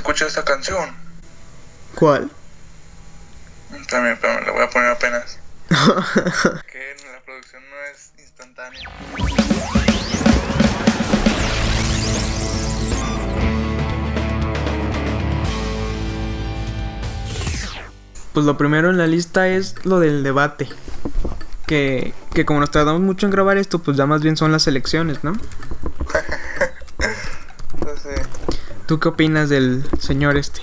escucha esta canción. ¿Cuál? También, pero la voy a poner apenas. Que la producción no es instantánea. Pues lo primero en la lista es lo del debate. Que como nos tardamos mucho en grabar esto, pues ya más bien son las elecciones, ¿no? Pues sí. ¿Tú qué opinas del señor este?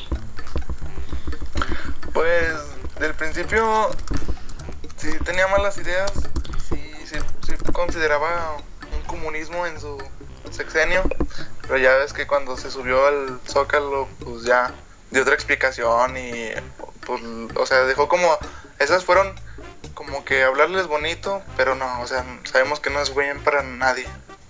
Pues del principio sí tenía malas ideas, sí consideraba un comunismo en su sexenio, pero ya ves que cuando se subió al Zócalo, pues ya dio otra explicación y pues, o sea, dejó como, esas fueron como que hablarles bonito, pero no, o sea, sabemos que no es bien para nadie.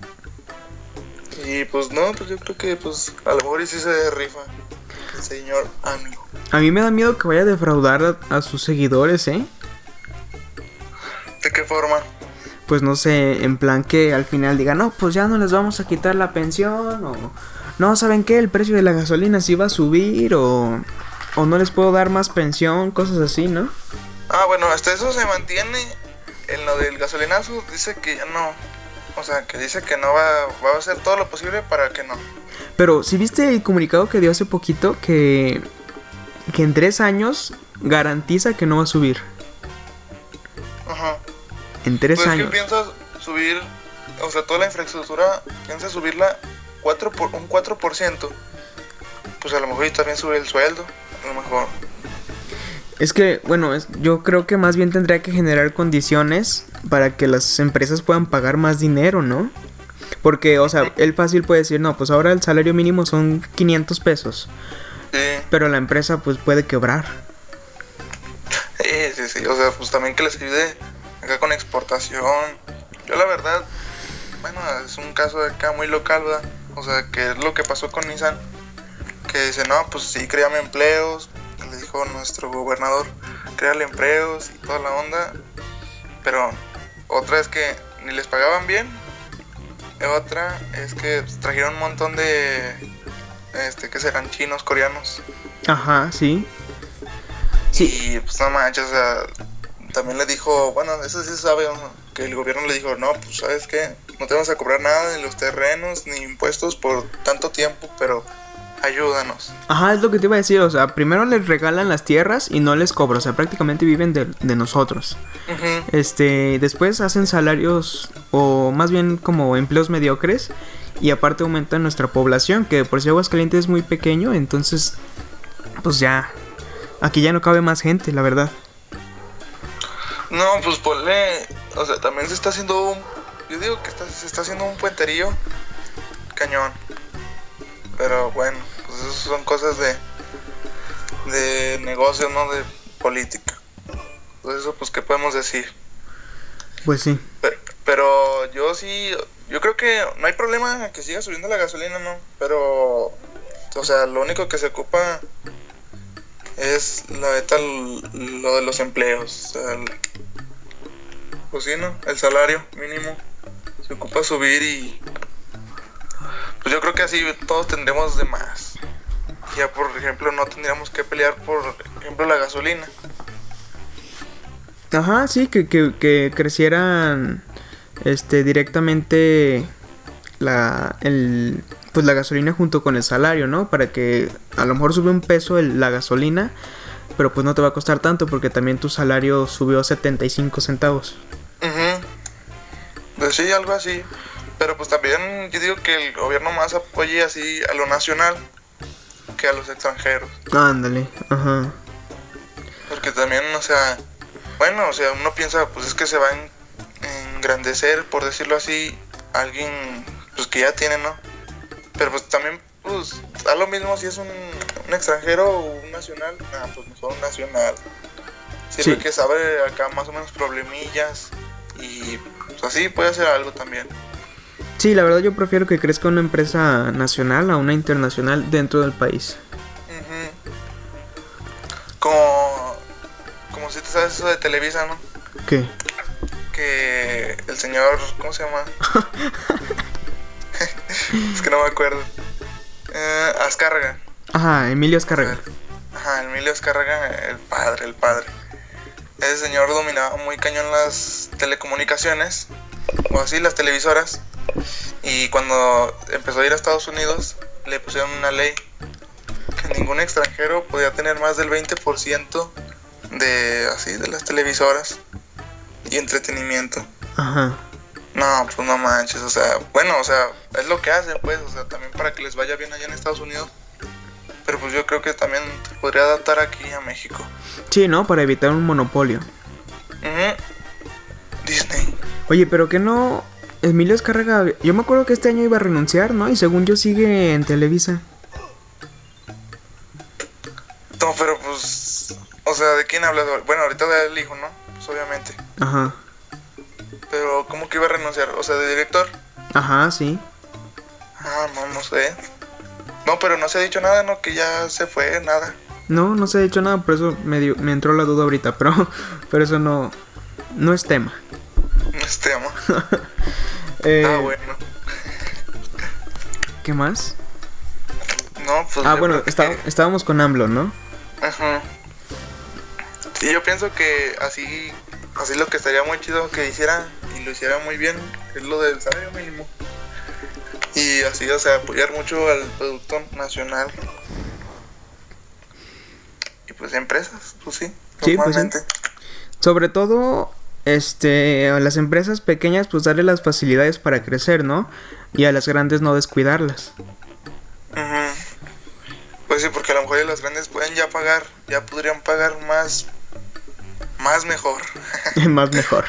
Y pues no, pues yo creo que pues a lo mejor sí se rifa el señor AMLO. A mí me da miedo que vaya a defraudar a sus seguidores, ¿eh? ¿De qué forma? Pues no sé, en plan que al final diga, no, pues ya no les vamos a quitar la pensión, o no, ¿saben qué? El precio de la gasolina sí va a subir, o no les puedo dar más pensión, cosas así, ¿no? Ah, bueno, hasta eso se mantiene en lo del gasolinazo, dice que ya no, o sea, que dice que no va a hacer todo lo posible para que no. Pero, ¿sí viste el comunicado que dio hace poquito que en 3 años garantiza que no va a subir? Ajá. En 3 Pues años. ¿qué piensas subir? O sea, toda la infraestructura, piensas subirla un 4%. Pues a lo mejor y también sube el sueldo, a lo mejor. Es que, bueno, yo creo que más bien tendría que generar condiciones para que las empresas puedan pagar más dinero, ¿no? Porque, o sea, él fácil puede decir, no, pues ahora el salario mínimo son 500 pesos. Sí. Pero la empresa, pues, puede quebrar. Sí, o sea, pues también que les ayude acá con exportación. Yo la verdad, bueno, es un caso de acá muy local, ¿verdad? O sea, que es lo que pasó con Nissan. Que dice, no, pues sí, créame empleos. Le dijo nuestro gobernador, créale empleos y toda la onda. Pero otra es que ni les pagaban bien. Otra es que trajeron un montón de, que serán chinos, coreanos. Ajá, sí. Y pues no manches, o sea, también le dijo, bueno, eso sí se sabe, ¿no? Que el gobierno le dijo, no, pues sabes qué, no te vamos a cobrar nada de los terrenos ni impuestos por tanto tiempo, pero ayúdanos. Ajá, es lo que te iba a decir, o sea, primero les regalan las tierras y no les cobran, o sea, prácticamente viven de nosotros. Uh-huh. Después hacen salarios, o más bien como empleos mediocres, y aparte aumentan nuestra población, que por si Aguascalientes es muy pequeño, entonces, pues ya, aquí ya no cabe más gente, la verdad. No, pues ponle, o sea, también se está haciendo yo digo que se está haciendo un puenterío cañón. Pero bueno, pues eso son cosas de negocios, no de política. Pues eso, pues, ¿qué podemos decir? Pues sí. Pero yo sí, yo creo que no hay problema que siga subiendo la gasolina, ¿no? Pero, o sea, lo único que se ocupa es la neta lo de los empleos. O sea, pues sí, ¿no? El salario mínimo se ocupa subir y pues yo creo que así todos tendremos de más. Ya, por ejemplo, no tendríamos que pelear por ejemplo la gasolina. Ajá, sí, que crecieran directamente pues la gasolina junto con el salario, ¿no? Para que a lo mejor sube un peso la gasolina, pero pues no te va a costar tanto porque también tu salario subió 75 centavos. Uh-huh. Pues sí, algo así. Pero pues también yo digo que el gobierno más apoye así a lo nacional que a los extranjeros. Ándale, ajá. Porque también, o sea, bueno, o sea, uno piensa, pues es que se va a engrandecer, por decirlo así, alguien pues que ya tiene, ¿no? Pero pues también, pues, da lo mismo si es un extranjero o un nacional. Pues mejor un nacional. Sirve que sabe acá más o menos problemillas y pues así puede hacer algo también. Sí, la verdad yo prefiero que crezca una empresa nacional a una internacional dentro del país. Uh-huh. Como si te sabes eso de Televisa, ¿no? ¿Qué? Que el señor, ¿cómo se llama? Es que no me acuerdo. Azcárraga. Ajá, Emilio Azcárraga. Ajá, Emilio Azcárraga, el padre. Ese señor dominaba muy cañón las telecomunicaciones, o así, las televisoras. Y cuando empezó a ir a Estados Unidos, le pusieron una ley que ningún extranjero podía tener más del 20% de las televisoras y entretenimiento. Ajá. No, pues no manches, o sea, bueno, o sea, es lo que hacen, pues, o sea, también para que les vaya bien allá en Estados Unidos. Pero pues yo creo que también se podría adaptar aquí a México. Sí, ¿no? Para evitar un monopolio. Disney. Oye, pero que no... Emilio Azcárraga, yo me acuerdo que este año iba a renunciar, ¿no? Y según yo sigue en Televisa. No, pero pues, o sea, ¿de quién hablas? Bueno, ahorita del hijo, ¿no? Pues obviamente. Ajá. Pero, ¿cómo que iba a renunciar? O sea, ¿de director? Ajá, sí. Ah, no sé. No, pero no se ha dicho nada, ¿no? Que ya se fue, nada. No se ha dicho nada, por eso me entró la duda ahorita, pero eso no es tema. No es tema. Bueno. ¿Qué más? No, pues... bueno, estábamos con AMLO, ¿no? Ajá. Sí, yo pienso que así lo que estaría muy chido que hiciera, y lo hiciera muy bien, es lo del salario mínimo. Y así, o sea, apoyar mucho al producto nacional. Y pues empresas, pues sí, sí, normalmente. Pues sí. Sobre todo, a las empresas pequeñas, pues darle las facilidades para crecer, ¿no? Y a las grandes no descuidarlas. Pues sí, porque a lo mejor las grandes pueden ya podrían pagar más mejor. Más mejor.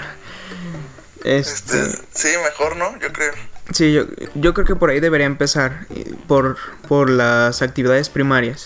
Sí, mejor, ¿no? Yo creo. Sí, yo creo que por ahí debería empezar, por las actividades primarias.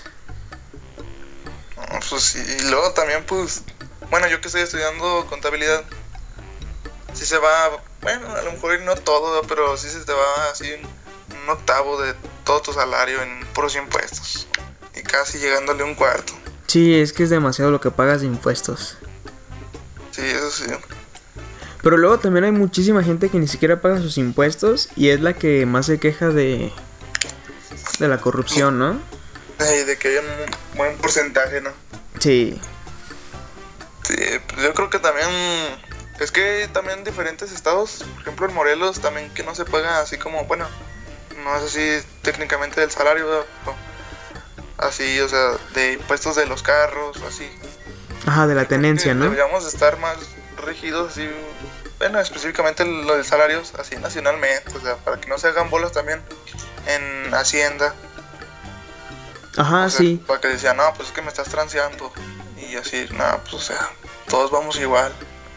Pues sí, y luego también, pues, bueno, yo que estoy estudiando contabilidad, sí se va, bueno, a lo mejor no todo, pero sí se te va así un octavo de todo tu salario en puros impuestos, y casi llegándole un cuarto. Sí, es que es demasiado lo que pagas de impuestos. Sí, eso sí. Pero luego también hay muchísima gente que ni siquiera paga sus impuestos y es la que más se queja de la corrupción, ¿no? Y de que hay un buen porcentaje, ¿no? Sí. Sí, pues yo creo que también... Es que hay también diferentes estados, por ejemplo en Morelos también que no se paga así como, bueno, no es así técnicamente del salario, ¿verdad? Así, o sea, de impuestos de los carros, así. Ajá, de la tenencia, ¿no? Deberíamos estar más rígidos, así, bueno, específicamente lo de salarios, así nacionalmente, o sea, para que no se hagan bolas también en Hacienda. Ajá, o sea, sí. Para que decían, no, pues es que me estás transeando. Y así, nada, pues o sea, todos vamos igual.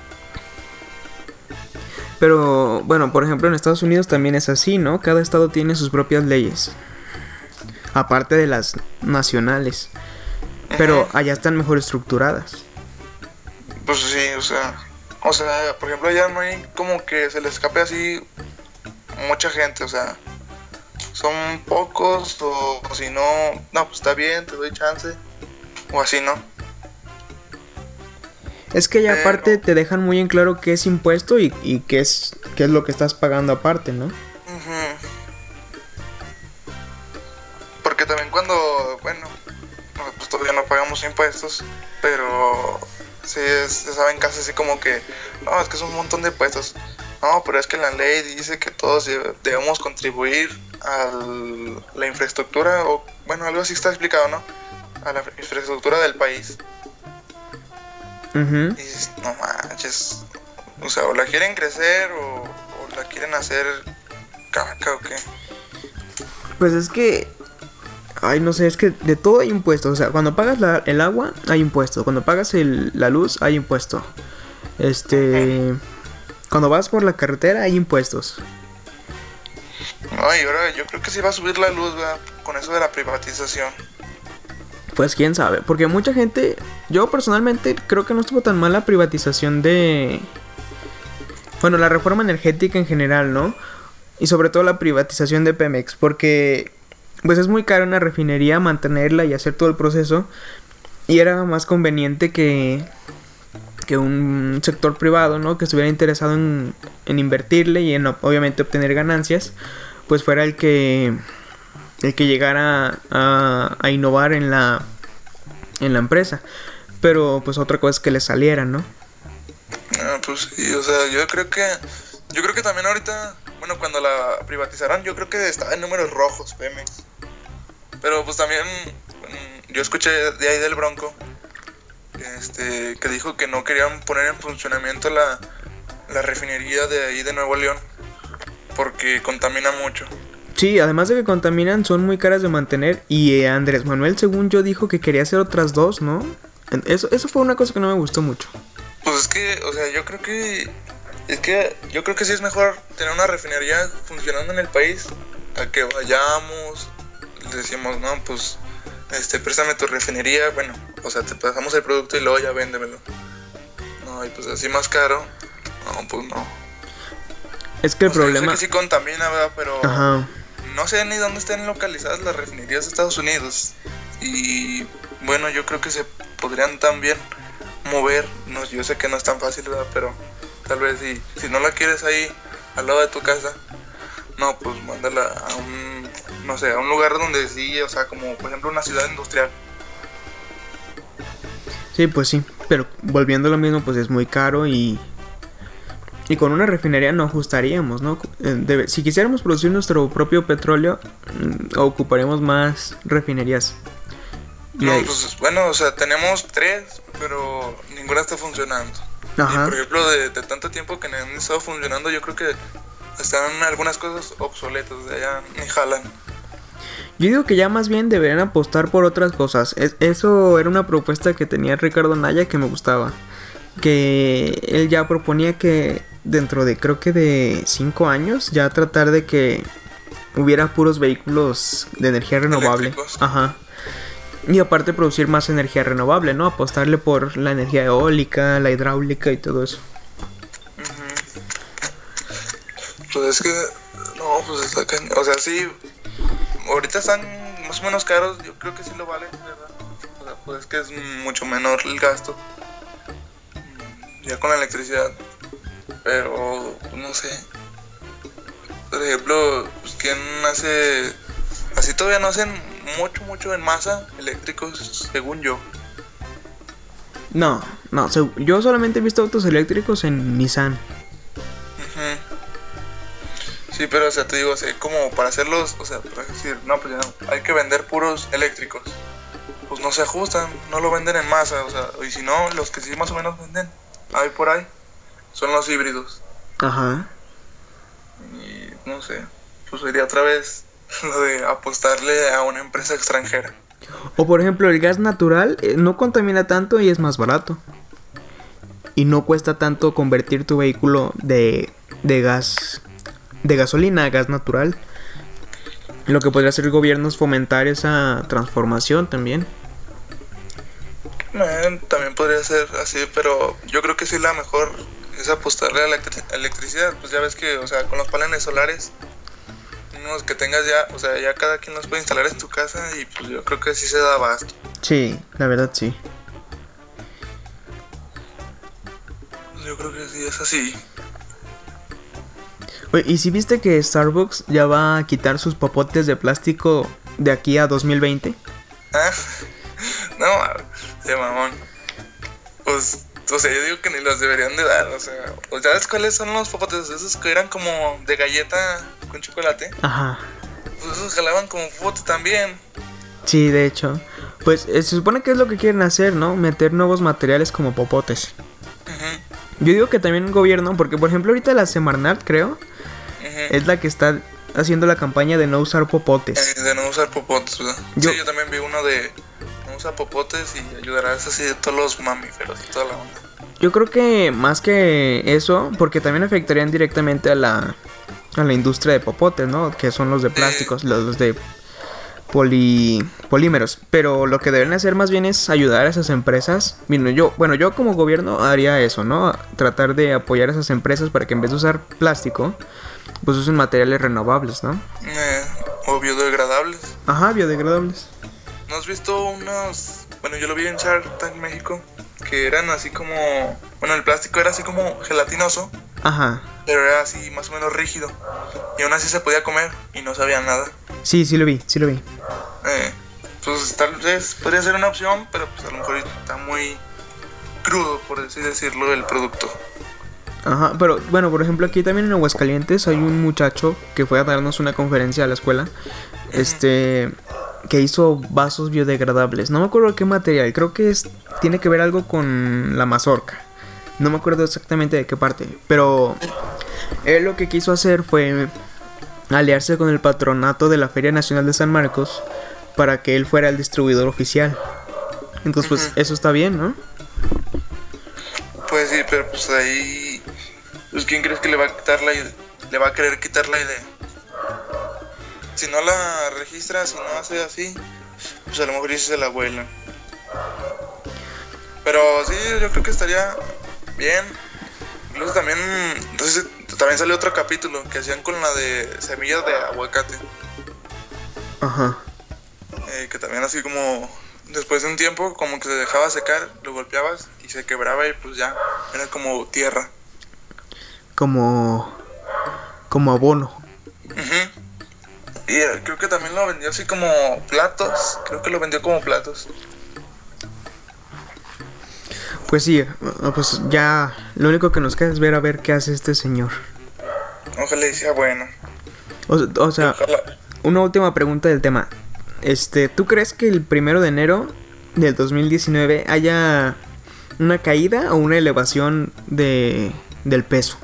Pero, bueno, por ejemplo, en Estados Unidos también es así, ¿no? Cada estado tiene sus propias leyes. Aparte de las nacionales. Pero allá están mejor estructuradas. Pues sí, o sea, por ejemplo, allá no hay como que se les escape así mucha gente, o sea, son pocos, o si no, pues está bien, te doy chance, o así, ¿no? Es que ya aparte te dejan muy en claro qué es impuesto y qué es lo que estás pagando aparte, ¿no? Porque también cuando, bueno, pues todavía no pagamos impuestos, pero sí se saben casi así como que, no, es que es un montón de impuestos. No, pero es que la ley dice que todos debemos contribuir a la infraestructura, o bueno, algo así está explicado, ¿no? A la infraestructura del país. Y dices, no manches, o sea, o la quieren crecer o la quieren hacer caca o qué. Pues es que, ay, no sé, es que de todo hay impuestos. O sea, cuando pagas el agua, hay impuesto. Cuando pagas la luz, hay impuesto. Cuando vas por la carretera, hay impuestos. No, y ahora yo creo que sí va a subir la luz, ¿verdad? Con eso de la privatización. Pues quién sabe, porque mucha gente, yo personalmente creo que no estuvo tan mal la privatización bueno, la reforma energética en general, ¿no? Y sobre todo la privatización de Pemex, porque pues es muy caro una refinería mantenerla y hacer todo el proceso, y era más conveniente que un sector privado, ¿no? Que estuviera interesado en invertirle y en obviamente obtener ganancias, pues fuera el que el que llegara a innovar en la empresa. Pero pues otra cosa es que le saliera, ¿no? Pues sí, o sea, yo creo que también ahorita, bueno, cuando la privatizaron, yo creo que estaba en números rojos Pemex. Pero pues también yo escuché de ahí del Bronco que dijo que no querían poner en funcionamiento la refinería de ahí de Nuevo León porque contamina mucho. Sí, además de que contaminan, son muy caras de mantener. Y Andrés Manuel, según yo, dijo que quería hacer otras dos, ¿no? Eso fue una cosa que no me gustó mucho. Pues es que, o sea, yo creo que sí es mejor tener una refinería funcionando en el país a que vayamos, le decimos, no, pues, préstame tu refinería, bueno, o sea, te pasamos el producto y luego ya véndemelo. No, y pues así más caro, no, pues no. Es que el problema... Yo sé que sí contamina, ¿verdad? Pero Ajá. No sé ni dónde están localizadas las refinerías de Estados Unidos. Y bueno, yo creo que se podrían también mover. No, yo sé que no es tan fácil, ¿verdad? Pero tal vez si no la quieres ahí al lado de tu casa, no, pues mándala a un lugar donde sí, o sea, como por ejemplo una ciudad industrial. Sí, pues sí, pero volviendo a lo mismo, pues es muy caro y con una refinería no ajustaríamos, ¿no? Si quisiéramos producir nuestro propio petróleo, ocuparemos más refinerías. No, pues bueno, o sea, tenemos 3, pero ninguna está funcionando. Ajá. Y por ejemplo, de tanto tiempo que han estado funcionando, yo creo que están algunas cosas obsoletas, de allá ni jalan. Yo digo que ya más bien deberían apostar por otras cosas. Eso era una propuesta que tenía Ricardo Anaya que me gustaba. Que él ya proponía que dentro de, creo que de 5 años, ya tratar de que hubiera puros vehículos de energía renovable. Eléctricos. Ajá. Y aparte producir más energía renovable, ¿no? Apostarle por la energía eólica, la hidráulica y todo eso. Pues es que, no, pues está cañón. O sea, sí, ahorita están más o menos caros, yo creo que sí lo vale, ¿verdad? O sea, pues es que es mucho menor el gasto. Ya con la electricidad. Pero, no sé. Por ejemplo, pues ¿quién hace? Así todavía no hacen mucho en masa eléctricos, según yo. No, yo solamente he visto autos eléctricos en Nissan. Sí, pero o sea, te digo, o sea, como para hacerlos, o sea, para decir, no, pues ya hay que vender puros eléctricos. Pues no se ajustan, no lo venden en masa, o sea, y si no, los que sí más o menos venden, ahí por ahí, son los híbridos. Ajá. Y no sé, pues sería otra vez lo de apostarle a una empresa extranjera. O por ejemplo, el gas natural no contamina tanto y es más barato. Y no cuesta tanto convertir tu vehículo de gasolina a gas natural. Lo que podría hacer el gobierno es fomentar esa transformación también. También podría ser así, pero yo creo que sí la mejor es apostarle a la electricidad. Pues ya ves que, o sea, con los paneles solares, unos que tengas ya, o sea, ya cada quien los puede instalar en tu casa y pues yo creo que sí se da abasto. Sí, la verdad sí. Pues yo creo que sí es así. Oye, ¿y si viste que Starbucks ya va a quitar sus popotes de plástico de aquí a 2020? Ah, no, de mamón. Pues, o sea, yo digo que ni los deberían de dar, o sea, ¿sabes cuáles son los popotes? Esos que eran como de galleta con chocolate. Ajá. Pues esos jalaban como popote también. Sí, de hecho. Pues se supone que es lo que quieren hacer, ¿no? Meter nuevos materiales como popotes. Yo digo que también el gobierno, porque por ejemplo ahorita la Semarnat, creo, es la que está haciendo la campaña de no usar popotes. De no usar popotes, ¿verdad? Sí, yo también vi uno de no usar popotes y ayudarás así de todos los mamíferos y toda la onda. Yo creo que más que eso, porque también afectarían directamente a la industria de popotes, ¿no? Que son los de plásticos, los de polímeros. Pero lo que deben hacer más bien es ayudar a esas empresas. Yo como gobierno haría eso, ¿no? Tratar de apoyar a esas empresas para que en vez de usar plástico, pues usen materiales renovables, ¿no? O biodegradables. Ajá, biodegradables. ¿No has visto unos? Bueno, yo lo vi en Shark Tank México, que eran así como, bueno, el plástico era así como gelatinoso. Ajá. Pero era así más o menos rígido. Y aún así se podía comer y no sabía nada. Sí, sí lo vi, sí lo vi. Pues tal vez podría ser una opción, pero pues a lo mejor está muy crudo, por así decirlo, el producto. Ajá, pero bueno, por ejemplo, aquí también en Aguascalientes hay un muchacho que fue a darnos una conferencia a la escuela, que hizo vasos biodegradables. No me acuerdo qué material, creo que tiene que ver algo con la mazorca. No me acuerdo exactamente de qué parte, pero él lo que quiso hacer fue aliarse con el patronato de la Feria Nacional de San Marcos para que él fuera el distribuidor oficial. Entonces, pues, eso está bien, ¿no? Pues sí, pero pues ahí, pues ¿quién crees que le va a quitar le va a querer quitar la idea? Si no la registra, si no hace así, pues a lo mejor sí se la vuelan. Pero sí, yo creo que estaría bien. Incluso también, entonces, también salió otro capítulo que hacían con la de semillas de aguacate. Ajá. Que también así como después de un tiempo como que se dejaba secar, lo golpeabas y se quebraba y pues ya era como tierra. Como abono. Y creo que también lo vendió así como platos. Creo que lo vendió como platos. Pues sí, pues ya lo único que nos queda es ver a ver qué hace este señor. Ojalá y sea bueno. O sea, Ojalá. Una última pregunta del tema. ¿Tú crees que el 1 de enero del 2019 haya una caída o una elevación del peso?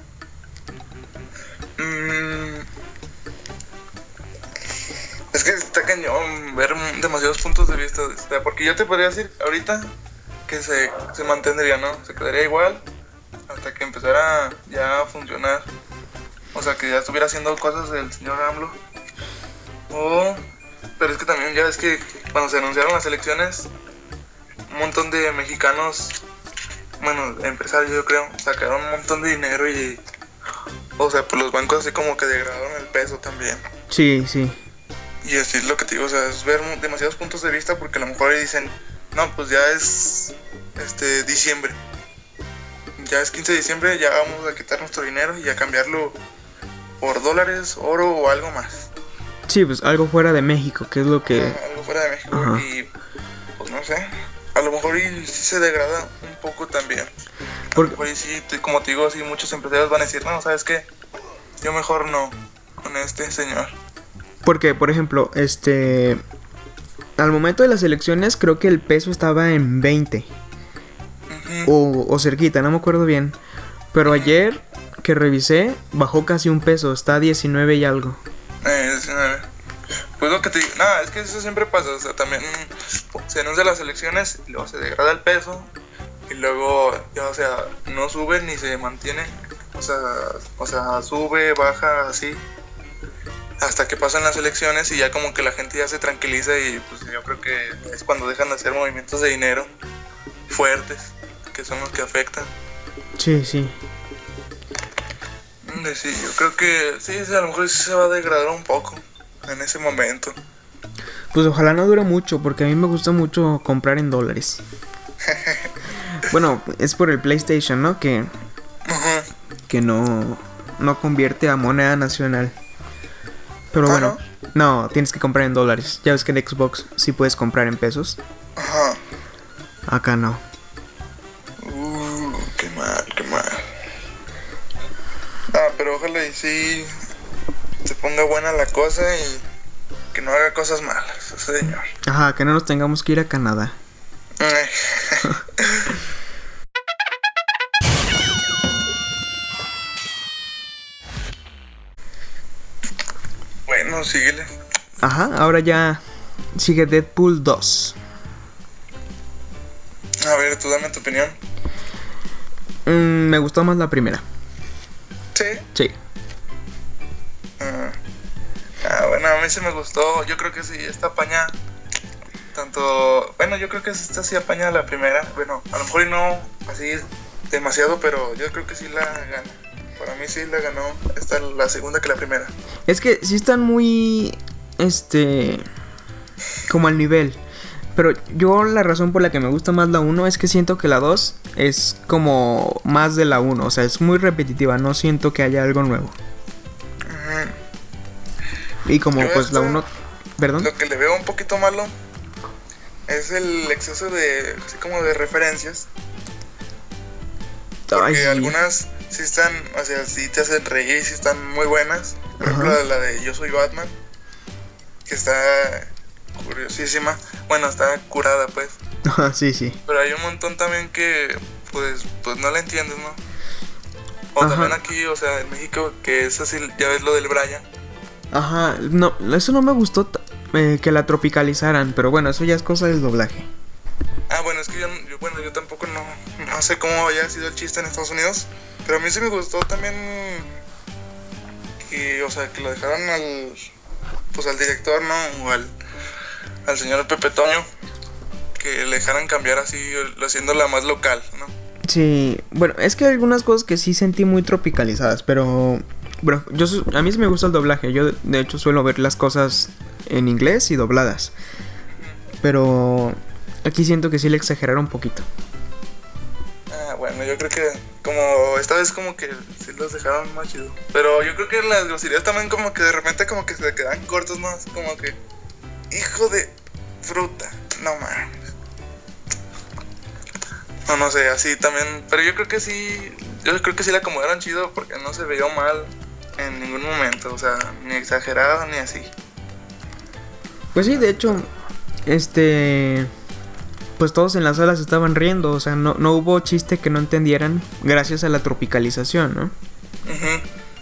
Es que está cañón ver demasiados puntos de vista. Porque yo te podría decir ahorita que se mantendría, ¿no? Se quedaría igual hasta que empezara ya a funcionar. O sea, que ya estuviera haciendo cosas el señor AMLO. Pero es que también ya ves que cuando se anunciaron las elecciones, un montón de mexicanos, bueno, empresarios yo creo, sacaron un montón de dinero y, o sea, pues los bancos así como que degradaron el peso también. Sí, sí. Y así es lo que te digo, o sea, es ver demasiados puntos de vista porque a lo mejor dicen, no, pues ya es diciembre. Ya es 15 de diciembre, ya vamos a quitar nuestro dinero y a cambiarlo por dólares, oro o algo más. Sí, pues algo fuera de México, que es lo que... algo fuera de México. Ajá. Y pues no sé, a lo mejor y sí se degrada un poco también. A lo mejor y sí, como te digo, sí, muchos empresarios van a decir, no, ¿sabes qué? Yo mejor no con este señor. Porque, por ejemplo, al momento de las elecciones creo que el peso estaba en 20. O cerquita, no me acuerdo bien. Pero ayer que revisé, bajó casi un peso, está a 19 y algo. 19. Pues lo que te digo, nada, es que eso siempre pasa, o sea, también se anuncian las elecciones y luego se degrada el peso y luego ya, o sea, no sube ni se mantiene, o sea, sube, baja, así, hasta que pasan las elecciones y ya como que la gente ya se tranquiliza y pues yo creo que es cuando dejan de hacer movimientos de dinero fuertes, que son los que afectan. Sí, sí. Sí, yo creo que sí, a lo mejor sí se va a degradar un poco en ese momento. Pues ojalá no dure mucho, porque a mí me gusta mucho comprar en dólares. Bueno, es por el PlayStation, ¿no? Que no convierte a moneda nacional. Pero bueno, no, tienes que comprar en dólares. Ya ves que en Xbox sí puedes comprar en pesos. Ajá. Acá no. Qué mal. Pero ojalá y sí se ponga buena la cosa y que no haga cosas malas, ese señor. Ajá, que no nos tengamos que ir a Canadá. Bueno, síguele. Ajá, ahora ya sigue Deadpool 2. A ver, tú dame tu opinión. Me gustó más la primera. ¿Sí? Sí. Bueno, a mí sí me gustó. Yo creo que sí, esta apaña tanto... Bueno, yo creo que esta sí apaña la primera. Bueno, a lo mejor no así demasiado, pero yo creo que sí la gana. Para mí sí la ganó esta, la segunda que la primera. Es que sí están muy... como al nivel. Pero yo la razón por la que me gusta más la 1 es que siento que la 2 es como más de la 1. O sea, es muy repetitiva, no siento que haya algo nuevo. Y como yo pues la 1 ¿Perdón? Lo que le veo un poquito malo es el exceso de, así como de referencias. Porque Ay, sí. algunas sí están, o sea, sí te hacen reír, sí están muy buenas. Por ejemplo, Ajá. la de Yo Soy Batman, que está curiosísima. Bueno, está curada, pues. Ajá, sí, sí. Pero hay un montón también que, pues no la entiendes, ¿no? O Ajá. también aquí, o sea, en México, que es así, ya ves lo del Brian. Ajá, no, eso no me gustó que la tropicalizaran, pero bueno, eso ya es cosa del doblaje. Ah, bueno, es que bueno, yo tampoco no sé cómo haya sido el chiste en Estados Unidos. Pero a mí sí me gustó también que, o sea, que lo dejaron pues al director, ¿no? O al señor Pepe Toño, que le dejaran cambiar así, haciéndola más local, ¿no? Sí, bueno, es que hay algunas cosas que sí sentí muy tropicalizadas, pero bueno, a mí sí me gusta el doblaje. Yo de hecho suelo ver las cosas en inglés y dobladas, pero aquí siento que sí le exageraron un poquito. Ah, bueno, yo creo que como esta vez como que sí los dejaron más chido. Pero yo creo que las groserías también como que de repente como que se quedan cortos, ¿no? Así como que, hijo de fruta, no mames. No sé, así también. Pero yo creo que sí la acomodaron chido porque no se veía mal en ningún momento. O sea, ni exagerado ni así. Pues sí, de hecho, pues todos en la sala se estaban riendo, o sea, no hubo chiste que no entendieran gracias a la tropicalización, ¿no? Ujú.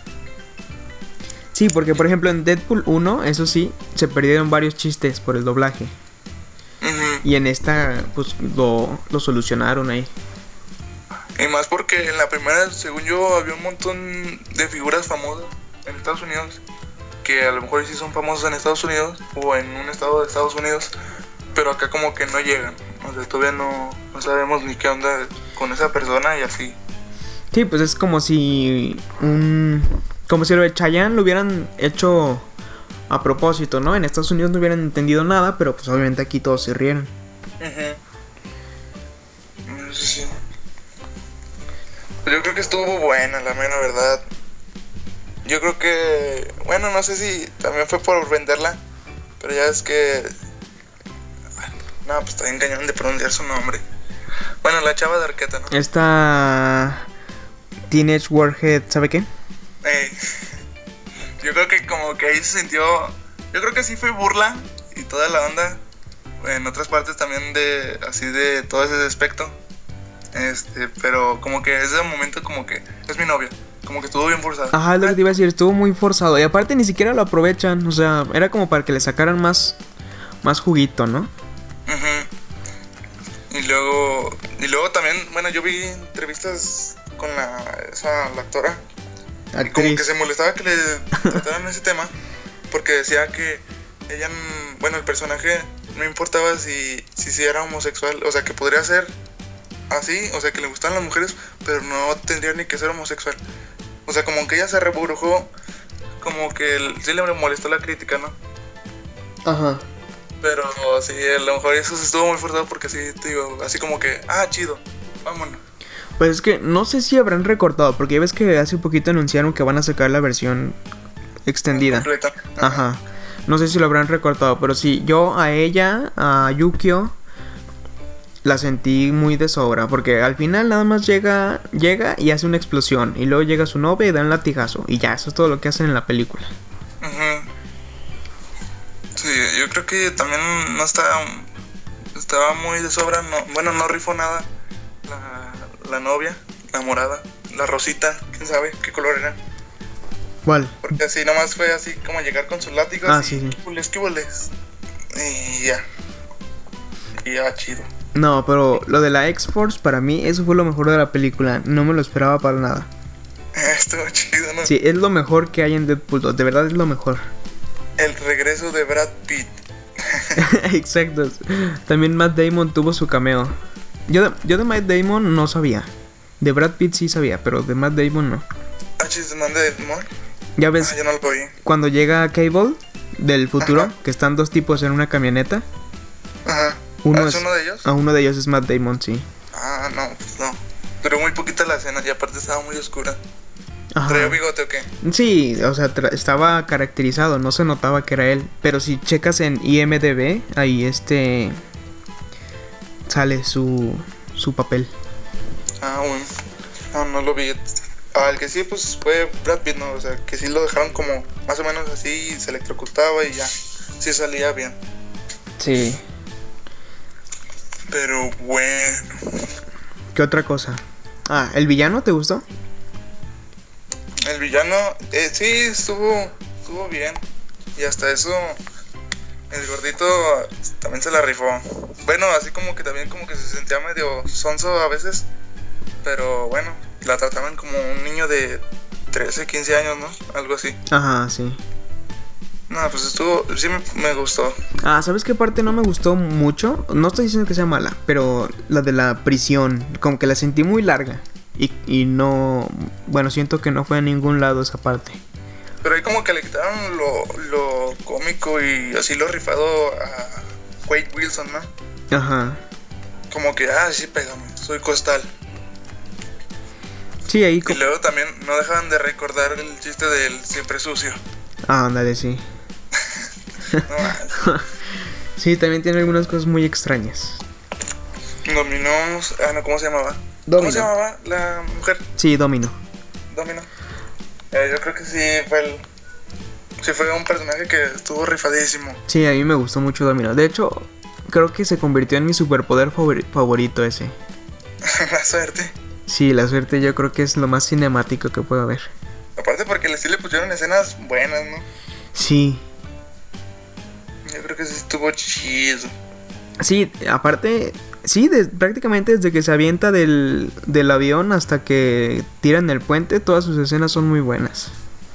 Sí, porque por ejemplo en Deadpool 1, eso sí, se perdieron varios chistes por el doblaje. Ujú. Y en esta, pues lo solucionaron ahí. Y más porque en la primera, según yo, había un montón de figuras famosas en Estados Unidos. Que a lo mejor sí son famosos en Estados Unidos o en un estado de Estados Unidos. Pero acá como que no llegan. O sea, todavía no sabemos ni qué onda con esa persona y así. Sí, pues es como si como si lo de Chayanne lo hubieran hecho a propósito, ¿no? En Estados Unidos no hubieran entendido nada, pero pues obviamente aquí todos se rieron. Ujú. Sí, sí. Pues yo creo que estuvo buena, la mera verdad. Yo creo que, bueno, no sé si también fue por venderla, pero ya es que, no, pues está bien cañón de pronunciar su nombre. Bueno, la chava de Arqueta, ¿no? Esta Teenage Warhead, ¿sabe qué? Ey, yo creo que como que ahí se sintió, yo creo que sí fue burla y toda la onda. En otras partes también así de todo ese aspecto. Pero como que ese momento como que es mi novia. Como que estuvo bien forzado. Ajá, es lo que te iba a decir, estuvo muy forzado. Y aparte ni siquiera lo aprovechan, o sea, era como para que le sacaran más juguito, ¿no? Uh-huh. Y luego también, bueno, yo vi entrevistas con la actora. Y como que se molestaba que le trataran ese tema. Porque decía que ella, bueno, el personaje no importaba si era homosexual. O sea, que podría ser así, o sea, que le gustaban las mujeres, pero no tendría ni que ser homosexual. O sea, como que ella se reburujó, como que sí le molestó la crítica, ¿no? Ajá. Pero sí, a lo mejor eso se estuvo muy forzado porque sí, te digo, así como que, chido, vámonos. Pues es que no sé si habrán recortado, porque ya ves que hace poquito anunciaron que van a sacar la versión extendida. Completa. Ajá. No sé si lo habrán recortado, pero sí, yo a ella, a Yukio, la sentí muy de sobra, porque al final nada más llega y hace una explosión, y luego llega su novia y da un latigazo, y ya, eso es todo lo que hacen en la película. Uh-huh. Sí, yo creo que también no estaba muy de sobra, no rifó nada la novia, la morada, la rosita, quién sabe qué color era. ¿Cuál? Porque así nomás fue así como llegar con sus látigos sí. ¿Qué boles? Y ya, chido. No, pero lo de la X-Force, para mí, eso fue lo mejor de la película. No me lo esperaba para nada. Estuvo chido, ¿no? Sí, es lo mejor que hay en Deadpool 2. De verdad es lo mejor. El regreso de Brad Pitt. Exacto. También Matt Damon tuvo su cameo. Yo de Matt Damon no sabía. De Brad Pitt sí sabía, pero de Matt Damon no. ¿Es man de Damon? Ya ves, yo no lo vi. Cuando llega Cable del futuro, Ajá. que están dos tipos en una camioneta. Ajá. ¿Es uno de ellos? Uno de ellos es Matt Damon, sí. No, pues no. Duró muy poquita la escena y aparte estaba muy oscura. Ajá. ¿Traía bigote o qué? Sí, o sea, estaba caracterizado, no se notaba que era él. Pero si checas en IMDb, ahí sale su papel. Ah, bueno. No lo vi. El que sí, pues fue Brad Pitt, ¿no? O sea, que sí lo dejaron como más o menos así, se electrocutaba y ya. Sí salía bien. Sí. Pero bueno. ¿Qué otra cosa? ¿El villano te gustó? El villano, sí, estuvo bien. Y hasta eso, el gordito también se la rifó. Bueno, así como que también como que se sentía medio sonso a veces. Pero bueno, la trataban como un niño de 13, 15 años, ¿no? Algo así. Ajá, sí. No, pues sí me gustó. ¿Sabes qué parte no me gustó mucho? No estoy diciendo que sea mala, pero la de la prisión, como que la sentí muy larga. Y no, bueno, siento que no fue a ningún lado esa parte. Pero ahí como que le quitaron lo cómico y así lo rifado a Wade Wilson, ¿no? Ajá. Como que, sí, pégame, soy costal. Sí, ahí Y luego también no dejaban de recordar el chiste del siempre sucio. Ándale, sí. No, sí, también tiene algunas cosas muy extrañas. Dominós. No, ¿cómo se llamaba? Domino. ¿Cómo se llamaba la mujer? Sí, Domino. Domino. Yo creo que sí fue un personaje que estuvo rifadísimo. Sí, a mí me gustó mucho Domino. De hecho, creo que se convirtió en mi superpoder favorito ese. La suerte. Sí, la suerte yo creo que es lo más cinemático que puedo haber. Aparte porque sí le pusieron escenas buenas, ¿no? Sí. Yo creo que sí estuvo chido. Sí, aparte, sí, prácticamente desde que se avienta del avión hasta que tiran el puente, todas sus escenas son muy buenas.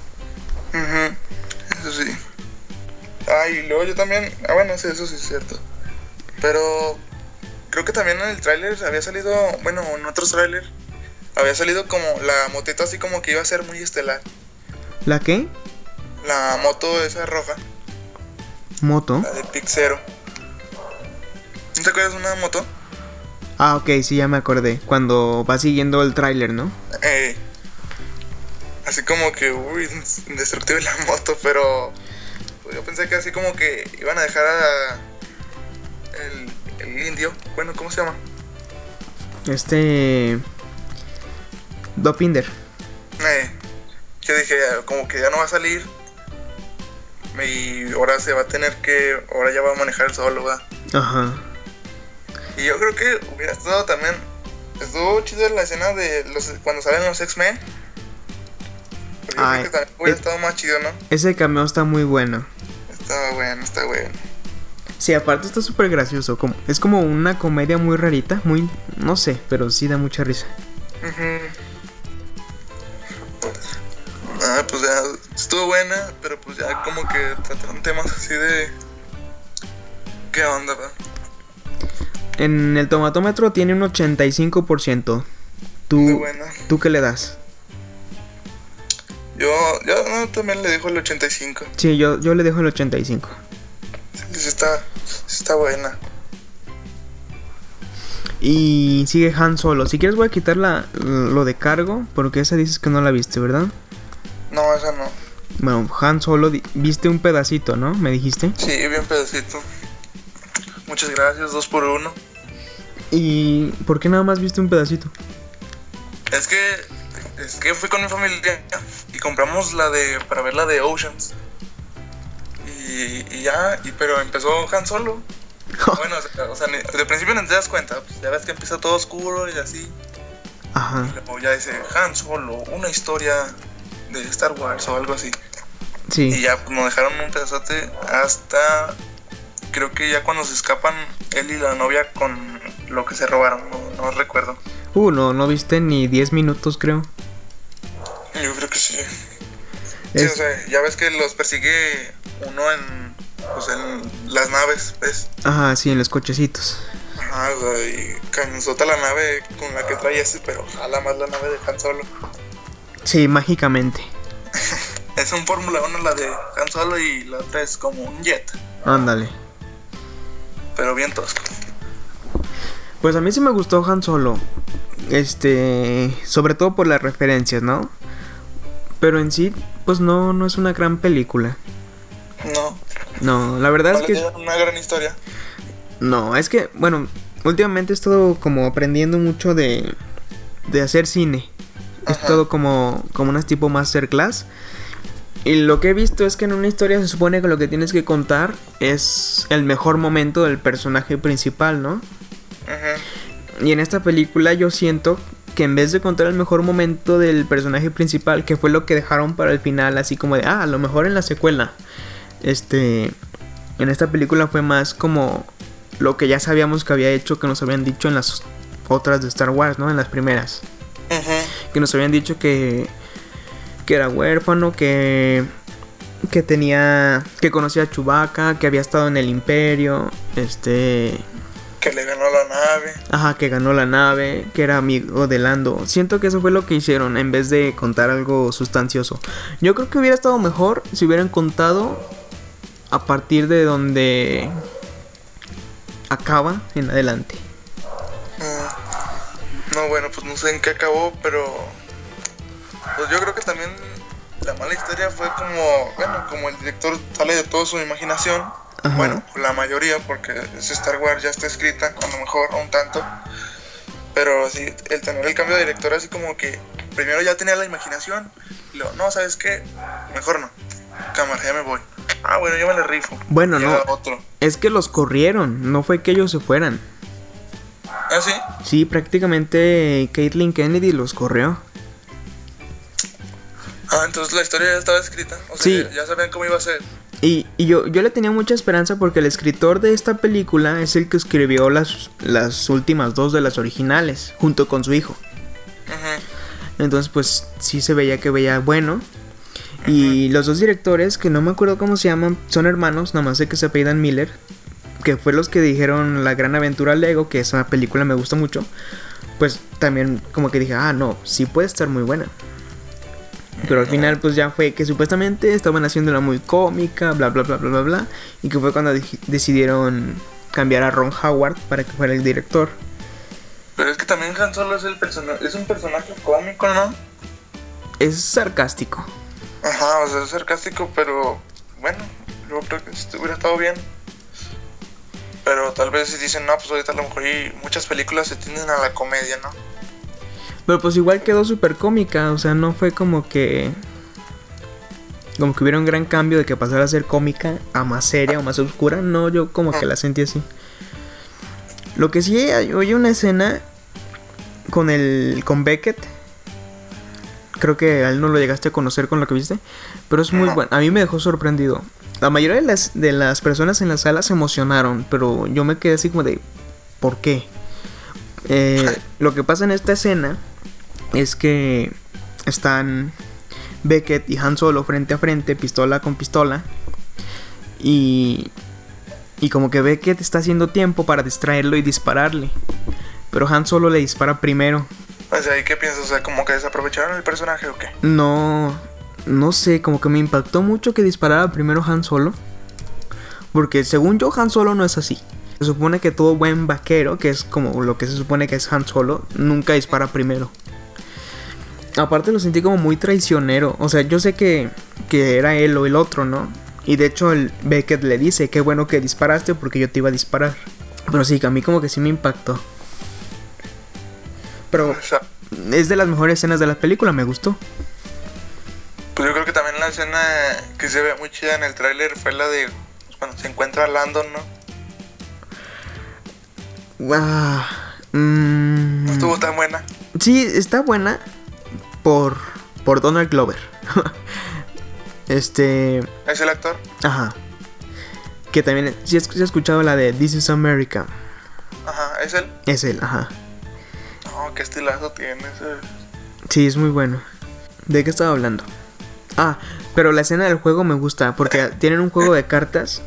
Eso sí. Y luego yo también, bueno, sí, eso sí es cierto. Pero creo que también en el tráiler había salido, bueno, en otros trailers había salido como la moteta así como que iba a ser muy estelar. ¿La qué? La moto esa roja. ¿Moto? La de Pixero. ¿No te acuerdas de una moto? Ok, sí, ya me acordé. Cuando va siguiendo el tráiler, ¿no? Así como que, indestructible la moto, pero pues yo pensé que así como que iban a dejar a el indio. Bueno, ¿cómo se llama? Dopinder. Yo dije, como que ya no va a salir. Y ahora ahora ya va a manejar el solo, ¿verdad? Ajá. Y yo creo que hubiera estado también, estuvo chido la escena de cuando salen los X-Men. Pero yo creo que también hubiera estado más chido, ¿no? Ese cameo está muy bueno. Está bueno. Sí, aparte está súper gracioso. Es como una comedia muy rarita, muy, no sé, pero sí da mucha risa. Pues ya estuvo buena, pero pues ya como que trataron temas así de... ¿Qué onda, va? En el tomatómetro tiene un 85%. ¿Tú qué le das? Yo no, también le dejo el 85. Sí, yo le dejo el 85. Sí está buena. Y sigue Han Solo. Si quieres voy a quitar lo de cargo, porque esa dices que no la viste, ¿verdad? No, esa no. Bueno, Han Solo, viste un pedacito, ¿no? ¿Me dijiste? Sí, bien pedacito. Muchas gracias, 2 por 1. ¿Y por qué nada más viste un pedacito? Es que fui con mi familia y compramos para ver la de Oceans. Y ya, pero empezó Han Solo. Bueno, o sea, de principio no te das cuenta, pues ya ves que empieza todo oscuro y así. Ajá. Y luego ya dice Han Solo, una historia de Star Wars o algo así. Sí. Y ya pues, nos dejaron un pedazote hasta, creo que ya cuando se escapan él y la novia con lo que se robaron, no recuerdo. No viste ni 10 minutos, creo. Yo creo que sí. Sí, o sea, ya ves que los persigue uno en las naves, ¿ves? Ajá, sí, en los cochecitos. Ajá, o sea, y cañonzota la nave con la que trae pero jala más la nave de Han Solo. Sí, mágicamente. Es un Fórmula 1 la de Han Solo y la otra es como un jet. Ándale. Pero bien tosco. Pues a mí sí me gustó Han Solo. Sobre todo por las referencias, ¿no? Pero en sí, pues no es una gran película. No. No, la verdad es que... una gran historia. No, es que, bueno, últimamente he estado como aprendiendo mucho de hacer cine. He estado como unas tipo masterclass. Y lo que he visto es que en una historia se supone que lo que tienes que contar es el mejor momento del personaje principal, ¿no? Y en esta película yo siento que en vez de contar el mejor momento del personaje principal, que fue lo que dejaron para el final, así como de, a lo mejor en la secuela. En esta película fue más como lo que ya sabíamos que había hecho, que nos habían dicho en las otras de Star Wars, ¿no? En las primeras. Que nos habían dicho que era huérfano, que conocía a Chewbacca, que había estado en el Imperio, que le ganó la nave. Ajá, que ganó la nave, que era amigo de Lando. Siento que eso fue lo que hicieron en vez de contar algo sustancioso. Yo creo que hubiera estado mejor si hubieran contado a partir de donde acaba en adelante. No, bueno, pues no sé en qué acabó, pero pues yo creo que también la mala historia fue como el director sale de toda su imaginación. Ajá. Bueno, la mayoría, porque es Star Wars, ya está escrita, a lo mejor un tanto. Pero sí, el tener el cambio de director así como que primero ya tenía la imaginación y luego, no, ¿sabes qué? Mejor no. Cámara, ya me voy. Ah, bueno, yo me la rifo. Bueno, no, otro. Es que los corrieron, no fue que ellos se fueran. ¿Ah, sí? Sí, prácticamente Kathleen Kennedy los corrió. Ah, entonces la historia ya estaba escrita. O sea, sí. Ya sabían cómo iba a ser. Y yo le tenía mucha esperanza porque el escritor de esta película es el que escribió las últimas dos de las originales, junto con su hijo. Entonces, pues, sí se veía bueno. Y los dos directores, que no me acuerdo cómo se llaman, son hermanos, nada más sé que se apellidan Miller, que fue los que dijeron La Gran Aventura Lego, que esa película me gusta mucho. Pues también como que dije, no, sí puede estar muy buena. Pero al final pues ya fue que supuestamente estaban haciéndola muy cómica, bla bla bla bla bla bla. Y que fue cuando decidieron cambiar a Ron Howard para que fuera el director. Pero es que también Han Solo es un personaje cómico, ¿no? Es sarcástico. Ajá, o sea, es sarcástico, pero bueno, yo creo que hubiera estado bien. Pero tal vez si dicen, no, pues ahorita a lo mejor muchas películas se tienden a la comedia, ¿no? Pero pues igual quedó súper cómica, o sea, no fue como que hubiera un gran cambio de que pasara a ser cómica a más seria o más oscura. No, yo como que la sentí así. Lo que sí, oye una escena con Beckett. Creo que a él no lo llegaste a conocer con lo que viste, pero es muy bueno. A mí me dejó sorprendido. La mayoría de las personas en la sala se emocionaron, pero yo me quedé así como de, ¿por qué? Lo que pasa en esta escena es que están Beckett y Han Solo frente a frente, pistola con pistola, y como que Beckett está haciendo tiempo para distraerlo y dispararle, pero Han Solo le dispara primero. O sea, ¿y qué piensas? O sea, ¿como que desaprovecharon el personaje o qué? No sé, como que me impactó mucho que disparara primero Han Solo, porque según yo Han Solo no es así. Se supone que todo buen vaquero, que es como lo que se supone que es Han Solo, nunca dispara primero. Aparte lo sentí como muy traicionero. O sea, yo sé que era él o el otro, ¿no? Y de hecho el Beckett le dice, qué bueno que disparaste porque yo te iba a disparar. Pero sí, que a mí como que sí me impactó. Pero es de las mejores escenas de la película, me gustó. Pues yo creo que también la escena que se ve muy chida en el tráiler fue la de cuando se encuentra a Landon, ¿no? No estuvo tan buena. Sí, está buena por Donald Glover. ¿Es el actor? Ajá. Que también, sí has escuchado la de This is America. Ajá, ¿es él? Es él, ajá. No, qué estilazo tiene ese. Sí, es muy bueno. ¿De qué estaba hablando? Pero la escena del juego me gusta porque tienen un juego de cartas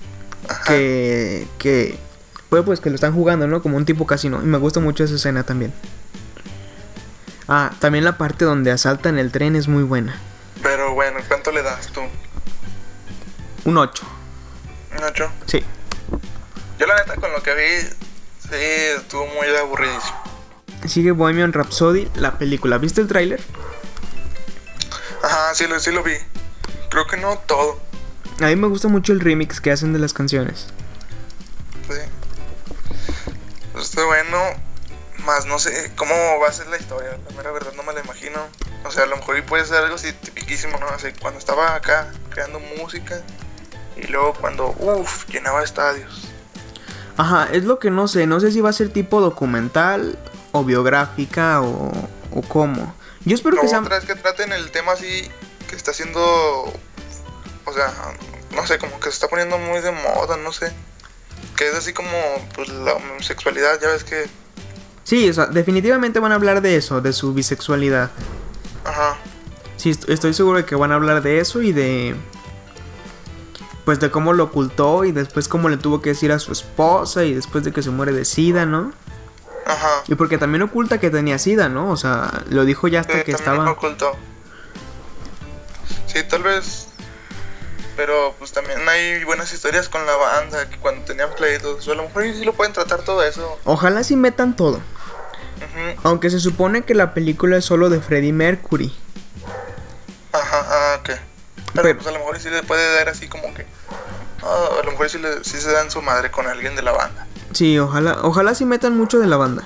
que pues que lo están jugando, ¿no? Como un tipo casino. Y me gusta mucho esa escena también. También la parte donde asaltan el tren es muy buena. Pero bueno, ¿cuánto le das tú? Un 8. ¿Un 8? Sí. Yo la neta con lo que vi, sí, estuvo muy aburridísimo. Sigue Bohemian Rhapsody, la película. ¿Viste el tráiler? Ajá, Ah, sí lo vi. Creo que no todo. A mí me gusta mucho el remix que hacen de las canciones. Sí. Pues está bueno. Más no sé cómo va a ser la historia. La mera verdad no me la imagino. O sea, a lo mejor y puede ser algo así tipiquísimo, ¿no? Así, cuando estaba acá creando música. Y luego cuando, llenaba estadios. Ajá, es lo que no sé. No sé si va a ser tipo documental o biográfica o cómo. Yo espero que sea... otra vez que traten el tema así que está haciendo... O sea, no sé, como que se está poniendo muy de moda, no sé. Que es así como, pues, la homosexualidad, ya ves que... Sí, o sea, definitivamente van a hablar de eso, de su bisexualidad. Ajá. Sí, estoy seguro de que van a hablar de eso y de... Pues de cómo lo ocultó y después cómo le tuvo que decir a su esposa y después de que se muere de SIDA, ¿no? Ajá. Y porque también oculta que tenía SIDA, ¿no? O sea, lo dijo ya hasta que estaba... Lo ocultó. Sí, tal vez... Pero pues también hay buenas historias con la banda, que cuando tenían pleitos, o a lo mejor sí lo pueden tratar todo eso. Ojalá sí metan todo. Aunque se supone que la película es solo de Freddie Mercury. Ajá, ok. Pero pues a lo mejor sí le puede dar así como que... a lo mejor sí se dan su madre con alguien de la banda. Sí, ojalá sí metan mucho de la banda.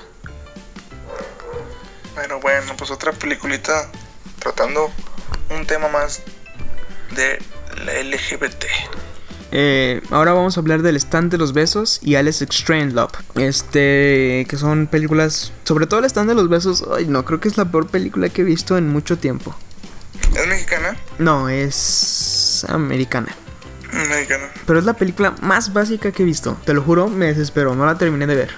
Bueno, pues otra peliculita tratando un tema más de la LGBT. Ahora vamos a hablar del Stand de los Besos y Alex Strangelove. Que son películas... Sobre todo el Stand de los Besos. Ay, no, creo que es la peor película que he visto en mucho tiempo. ¿Es mexicana? No, es americana. Mexicana. Pero es la película más básica que he visto. Te lo juro, me desesperó. No la terminé de ver.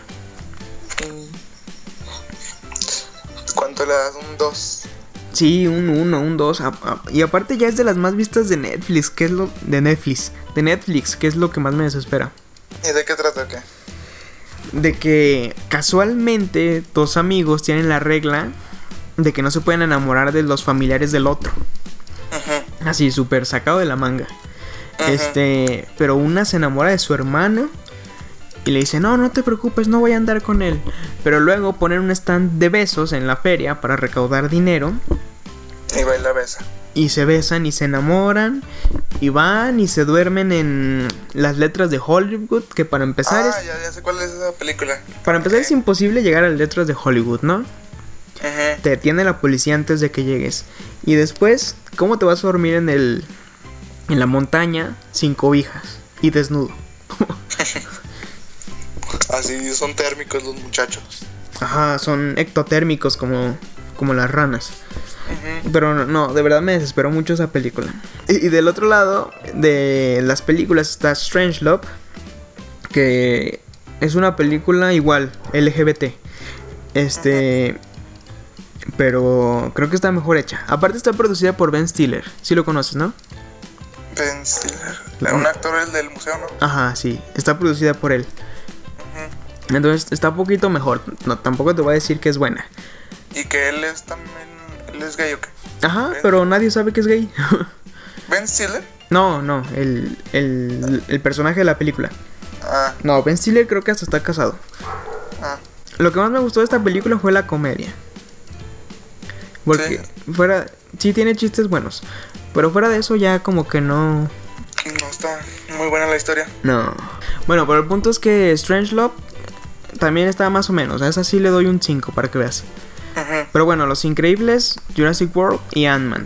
¿Cuánto le das? ¿Un 2? Sí, un 1, un 2. Y aparte ya es de las más vistas de Netflix. ¿Qué es lo de Netflix? De Netflix, que es lo que más me desespera. ¿Y de qué trata o qué? De que casualmente dos amigos tienen la regla de que no se pueden enamorar de los familiares del otro. Uh-huh. Así, súper sacado de la manga. Uh-huh. Pero una se enamora de su hermano y le dice, no te preocupes, no voy a andar con él. Pero luego ponen un stand de besos en la feria para recaudar dinero. Y va y la besa. Y se besan y se enamoran. Y van y se duermen en las letras de Hollywood. Que para empezar ya sé cuál es esa película. Para empezar es imposible llegar a las letras de Hollywood, ¿no? Uh-huh. Te detiene la policía antes de que llegues. Y después, ¿cómo te vas a dormir en la montaña sin cobijas y desnudo? Así son térmicos los muchachos. Ajá, son ectotérmicos como las ranas. Uh-huh. Pero no, de verdad me desesperó mucho esa película. Y del otro lado de las películas está Strangelove, que es una película igual, LGBT. Pero creo que está mejor hecha. Aparte está producida por Ben Stiller. Sí lo conoces, ¿no? Ben Stiller. Un actor, el del museo, ¿no? Ajá, sí. Está producida por él. Uh-huh. Entonces está un poquito mejor. No, tampoco te voy a decir que es buena. ¿Y que él es también... él es gay o qué? Ajá, pero nadie sabe que es gay. ¿Ben Stiller? No, el personaje de la película. Ah. No, Ben Stiller creo que hasta está casado. Ah. Lo que más me gustó de esta película fue la comedia. Porque sí tiene chistes buenos. Pero fuera de eso ya como que no... No está muy buena la historia. No. Bueno, pero el punto es que Strangelove también está más o menos. A esa sí le doy un 5 para que veas. Uh-huh. Pero bueno, Los Increíbles, Jurassic World y Ant-Man.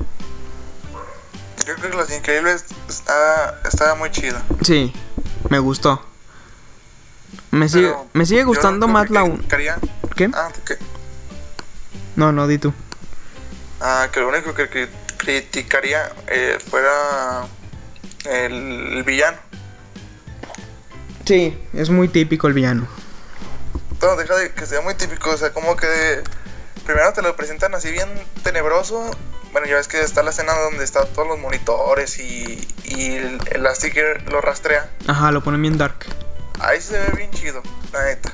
Yo creo que Los Increíbles está muy chido. Sí, me gustó. Me sigue gustando más la 1. ¿Qué? ¿Qué? No, di tú. Que lo único que criticaría fuera el villano. Sí, es muy típico el villano. No, deja de que sea muy típico, o sea, como que primero te lo presentan así bien tenebroso. Bueno, ya ves que está la escena donde están todos los monitores y el Sticker lo rastrea. Ajá, lo ponen bien dark. Ahí se ve bien chido, la neta.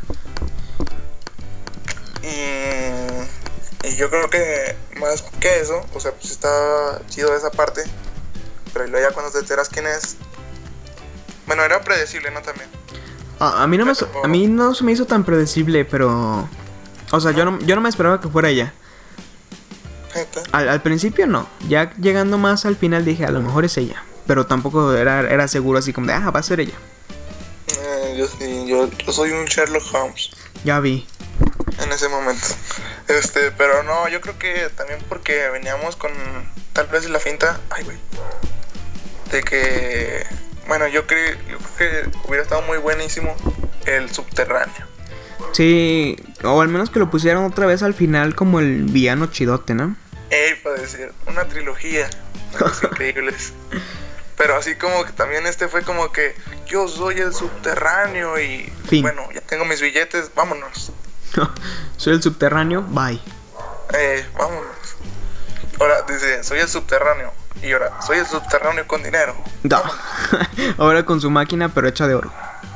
Y yo creo que más que eso, o sea, pues está chido esa parte. Pero luego ya cuando te enteras quién es... Bueno, era predecible, ¿no? También. A mí no se me hizo tan predecible, pero... O sea, yo no me esperaba que fuera ella. Neta. Al principio no. Ya llegando más al final dije, a lo mejor es ella. Pero tampoco era seguro así como de, va a ser ella. Yo sí, yo soy un Sherlock Holmes Ya vi. en ese momento. Pero no, yo creo que también porque veníamos con tal vez la finta, ay güey, de que, bueno, yo creo que hubiera estado muy buenísimo el subterráneo. Sí, o al menos que lo pusieran otra vez al final como el villano chidote, ¿no? Para decir, una trilogía de los increíbles. Pero así como que también fue como que yo soy el subterráneo y fin. Bueno, ya tengo mis billetes, vámonos. Soy el subterráneo, bye. Vámonos. Ahora dice, soy el subterráneo. Y ahora, soy el subterráneo con dinero. No. Ahora con su máquina pero hecha de oro.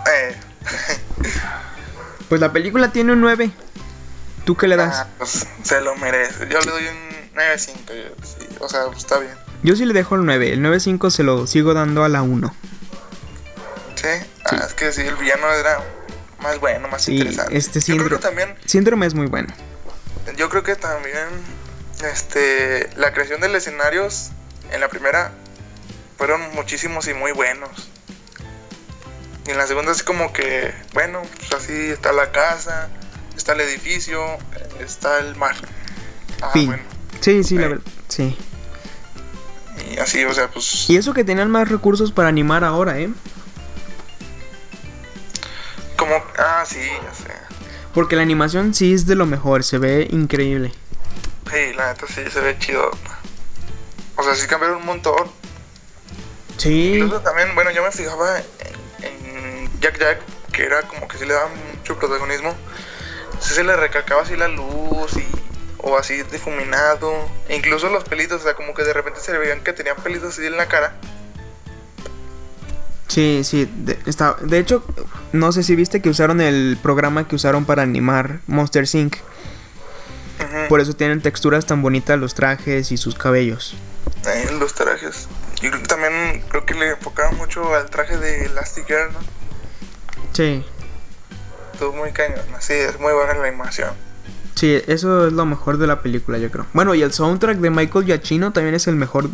Pues la película tiene un 9. ¿Tú qué le das? Pues se lo merece. Yo le doy un 9.5. Sí, o sea, está bien. Yo sí le dejo el 9. El 9.5 se lo sigo dando a la 1. ¿Sí? Es que sí, el villano era más bueno, más interesante. Yo creo que también... Síndrome es muy bueno. Yo creo que también la creación de los escenarios en la primera fueron muchísimos y muy buenos. Y en la segunda es como que, bueno, pues así está la casa, está el edificio, está el mar. Fin. Bueno. Sí, la verdad, sí. Y así, o sea, pues... Y eso que tenían más recursos para animar ahora, Como... sí, ya sé. Porque la animación sí es de lo mejor, se ve increíble. Sí, la neta sí se ve chido. O sea, sí cambiaron un montón. Sí. Incluso también, bueno, yo me fijaba en Jack, que era como que sí le daba mucho protagonismo. Sí se le recalcaba así la luz o así difuminado. E incluso los pelitos, o sea, como que de repente se le veían que tenían pelitos así en la cara. Sí, de hecho, no sé si viste que usaron el programa que usaron para animar Monster Inc. Uh-huh. Por eso tienen texturas tan bonitas los trajes y sus cabellos. Los trajes. Yo también creo que le enfocaban mucho al traje de Elastigirl, ¿no? Sí. Estuvo muy cañón, sí, es muy buena la animación. Sí, eso es lo mejor de la película, yo creo. Bueno, y el soundtrack de Michael Giacchino también es el mejor.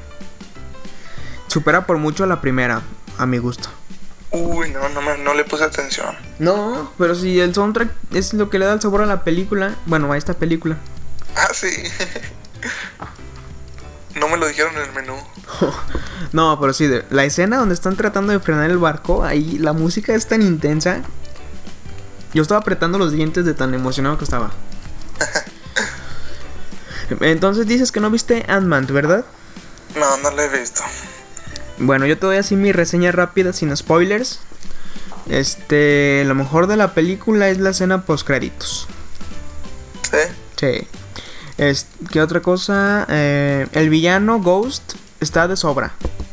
Supera por mucho a la primera, a mi gusto. Uy, no le puse atención. No, pero si el soundtrack es lo que le da el sabor a la película. Bueno, a esta película. Sí. No me lo dijeron en el menú. No, pero sí, la escena donde están tratando de frenar el barco, ahí la música es tan intensa. Yo estaba apretando los dientes de tan emocionado que estaba. Entonces dices que no viste Ant-Man, ¿verdad? No lo he visto. Bueno, yo te doy así mi reseña rápida sin spoilers. Lo mejor de la película es la escena post créditos. Sí. ¿Qué otra cosa? El villano Ghost está de sobra.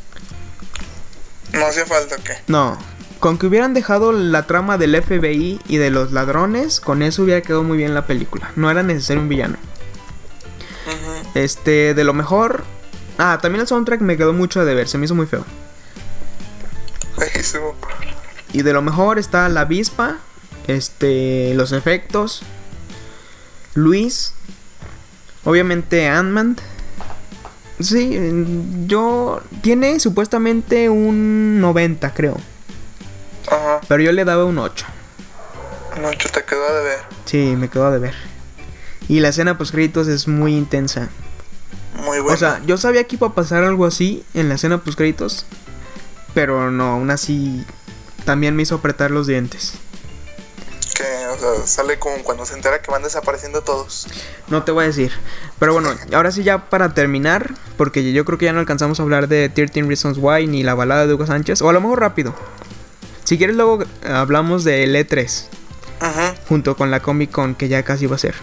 ¿No hacía falta o qué? No. Con que hubieran dejado la trama del FBI y de los ladrones, con eso hubiera quedado muy bien la película. No era necesario un villano. Uh-huh. De lo mejor... también el soundtrack me quedó mucho a deber, se me hizo muy feo. Buenísimo. Y de lo mejor está la avispa, los efectos, Luis, obviamente Ant-Man. Sí, tiene supuestamente un 90, creo. Ajá. Pero yo le daba un 8. Un 8 te quedó a deber. Sí, me quedó a deber. Y la escena post créditos es muy intensa. Muy bueno. O sea, yo sabía que iba a pasar algo así en la escena post créditos, pero no, aún así también me hizo apretar los dientes. Que, o sea, sale como cuando se entera que van desapareciendo todos. No te voy a decir. Pero bueno, ahora sí ya para terminar, porque yo creo que ya no alcanzamos a hablar de 13 Reasons Why ni la balada de Hugo Sánchez, o a lo mejor rápido. Si quieres luego hablamos del E3. Uh-huh. Junto con la Comic Con que ya casi va a ser.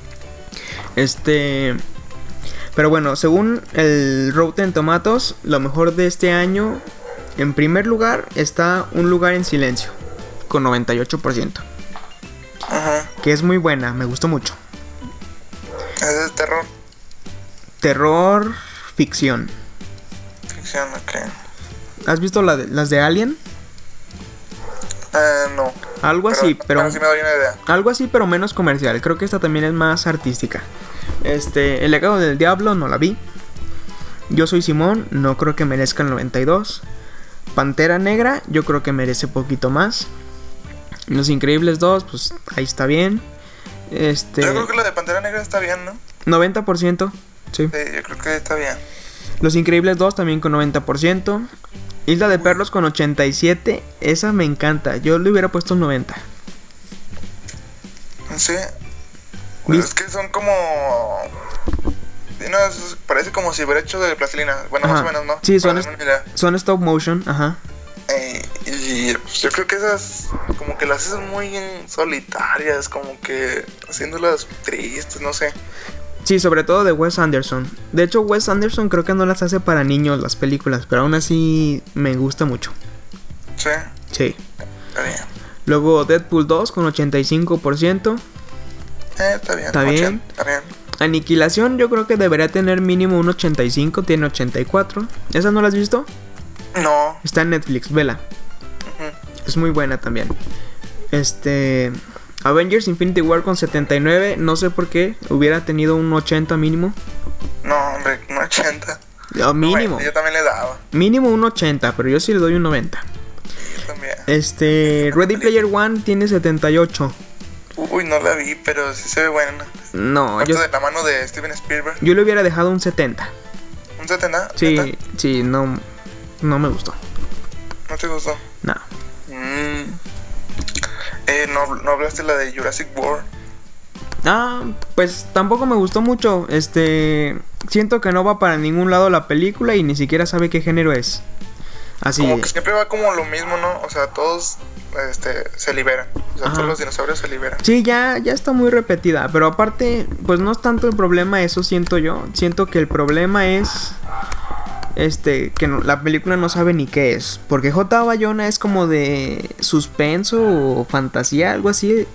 Pero bueno, según el Rotten Tomatoes, lo mejor de este año, en primer lugar está Un lugar en silencio, con 98%. Uh-huh. Que es muy buena, me gustó mucho. ¿Es de terror? Terror, ficción. Ficción, ok. ¿Has visto las de Alien? No. Algo así, pero sí me doy una idea. Algo así, pero menos comercial. Creo que esta también es más artística. El legado del diablo no la vi. Yo soy Simón, no creo que merezca el 92. Pantera Negra, yo creo que merece poquito más. Los Increíbles 2, pues ahí está bien. Yo creo que la de Pantera Negra está bien, ¿no? 90%, sí. Sí, yo creo que está bien. Los Increíbles 2 también con 90%. Isla de Perros con 87. Esa me encanta. Yo le hubiera puesto un 90. Sí. Pues es que son como... No, parece como si hubiera hecho de plastilina. Bueno, Ajá. más o menos, ¿no? Sí, son stop motion, ajá. Y pues, yo creo que esas como que las haces muy solitarias, como que haciéndolas tristes, no sé. Sí, sobre todo de Wes Anderson. De hecho, Wes Anderson creo que no las hace para niños las películas, pero aún así me gusta mucho. Sí. Sí. Está bien. Luego Deadpool 2 con 85%. Está bien. Está bien. Está bien. Aniquilación yo creo que debería tener mínimo un 85, tiene 84. ¿Esa no la has visto? No. Está en Netflix, vela. Es muy buena también. Avengers Infinity War con 79. No sé por qué. Hubiera tenido un 80 mínimo. No, hombre, un 80. No, mínimo. Bueno, yo también le daba. Mínimo un 80, pero yo sí le doy un 90. Yo también. Ready Player One tiene 78. Uy, no la vi, pero sí se ve buena. No, de la mano de Steven Spielberg. yo le hubiera dejado un 70. ¿Un 70? Sí, ¿70? sí, no me gustó. ¿No te gustó? No. No hablaste la de Jurassic World. Pues tampoco me gustó mucho. Siento que no va para ningún lado la película y ni siquiera sabe qué género es. Así. Como que siempre va como lo mismo, ¿no? O sea, todos se liberan. O sea, Ajá. todos los dinosaurios se liberan. Sí, ya está muy repetida. Pero aparte, pues no es tanto el problema, eso siento yo. Siento que el problema es que la película no sabe ni qué es. Porque J. Bayona es como de suspenso o fantasía, algo así.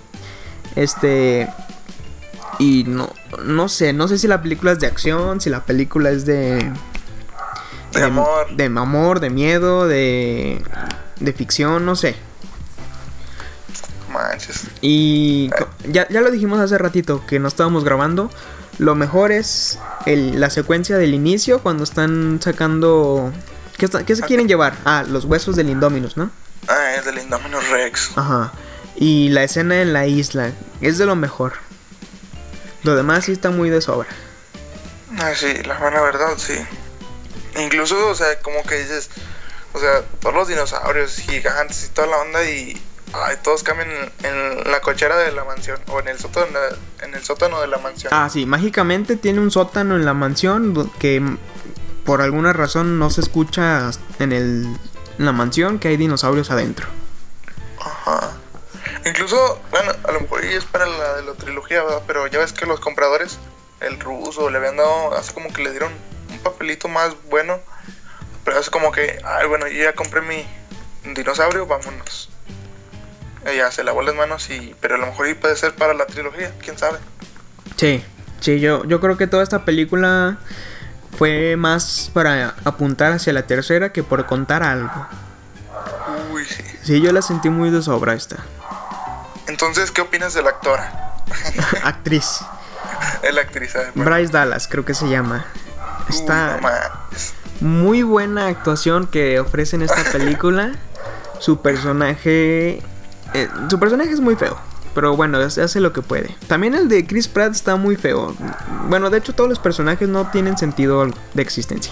Y no sé si la película es de acción, si la película es de amor. De amor, de miedo, de ficción, no sé. Manches. Y ya lo dijimos hace ratito que no estábamos grabando. Lo mejor es la secuencia del inicio cuando están sacando... ¿Qué se quieren llevar? Los huesos del Indominus, ¿no? Es del Indominus Rex. Ajá. Y la escena en la isla es de lo mejor. Lo demás sí está muy de sobra. Sí, la buena verdad, sí. Incluso, o sea, como que dices... O sea, todos los dinosaurios gigantes y toda la onda y... todos cambian en la cochera de la mansión. O en el sótano de la mansión. Sí, mágicamente tiene un sótano en la mansión que por alguna razón no se escucha en la mansión que hay dinosaurios adentro. Ajá. Incluso, bueno, a lo mejor es para la de la trilogía, ¿verdad? Pero ya ves que los compradores, el ruso, le habían dado, así como que le dieron un papelito más bueno. Pero es como que, bueno, yo ya compré mi dinosaurio, vámonos. Ya se lavó las manos pero a lo mejor puede ser para la trilogía, quién sabe. Sí, yo creo que toda esta película fue más para apuntar hacia la tercera que por contar algo. Uy, sí. Sí, yo la sentí muy de sobra esta. Entonces, ¿qué opinas de la actora? Actriz. La actriz, Bryce Dallas, creo que se llama. Está no muy buena actuación que ofrece en esta película. Su personaje es muy feo, pero bueno, hace lo que puede. También el de Chris Pratt está muy feo. Bueno, de hecho todos los personajes no tienen sentido de existencia.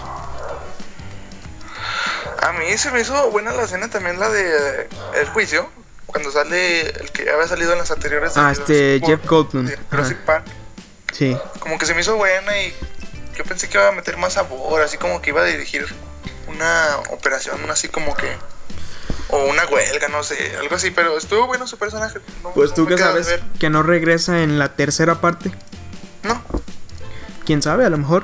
A mí se me hizo buena la escena también, la de el juicio, cuando sale el que había salido en las anteriores. Jeff Goldblum. Jurassic Park. Sí. Como que se me hizo buena y yo pensé que iba a meter más sabor, así como que iba a dirigir una operación, así como que... O una huelga, no sé, algo así, pero estuvo bueno su personaje. Pues tú que sabes que no regresa en la tercera parte. No. ¿Quién sabe? A lo mejor.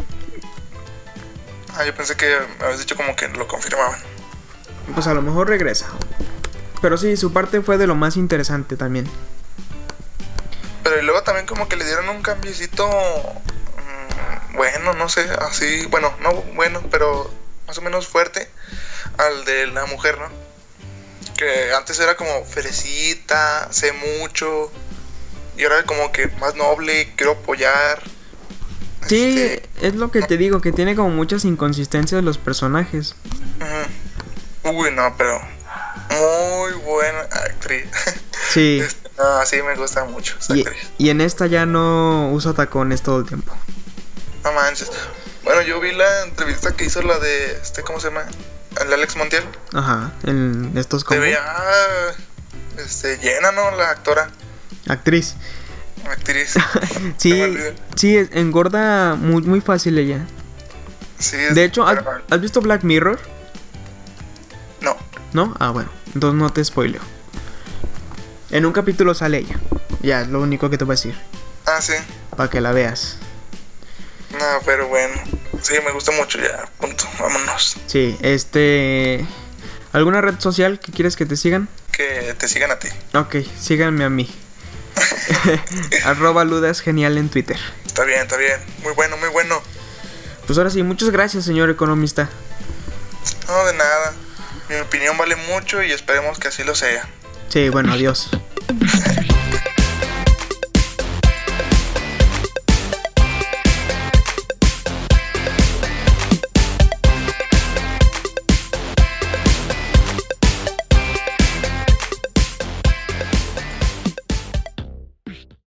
Yo pensé que me habías dicho como que lo confirmaban. Pues a lo mejor regresa. Pero sí, su parte fue de lo más interesante también. Pero y luego también como que le dieron un cambiecito... bueno, no sé, así... Bueno, no bueno, pero más o menos fuerte al de la mujer, ¿no? Que antes era como ferecita, sé mucho, y ahora como que más noble, quiero apoyar. Sí, es lo que te digo, que tiene como muchas inconsistencias los personajes. Uy, no, pero muy buena actriz. Sí. No, sí me gusta mucho esa actriz. Y en esta ya no usa tacones todo el tiempo. No manches. Bueno, yo vi la entrevista que hizo la de ¿cómo se llama? El Alex Montiel. Ajá, en estos Se veía llena, ¿no? La actora. Actriz. Sí, sí, engorda muy, muy fácil ella. Sí, de hecho, ¿has visto Black Mirror? No. ¿No? Ah, bueno, entonces no te spoileo. En un capítulo sale ella. Ya, es lo único que te voy a decir. Ah, sí. Para que la veas. No, pero bueno. Sí, me gusta mucho ya. Punto. Vámonos. Sí, ¿alguna red social que quieres que te sigan? Que te sigan a ti. Ok, síganme a mí. @ludasgenial en Twitter. Está bien. Muy bueno. Pues ahora sí, muchas gracias, señor economista. No, de nada. Mi opinión vale mucho y esperemos que así lo sea. Sí, bueno, adiós.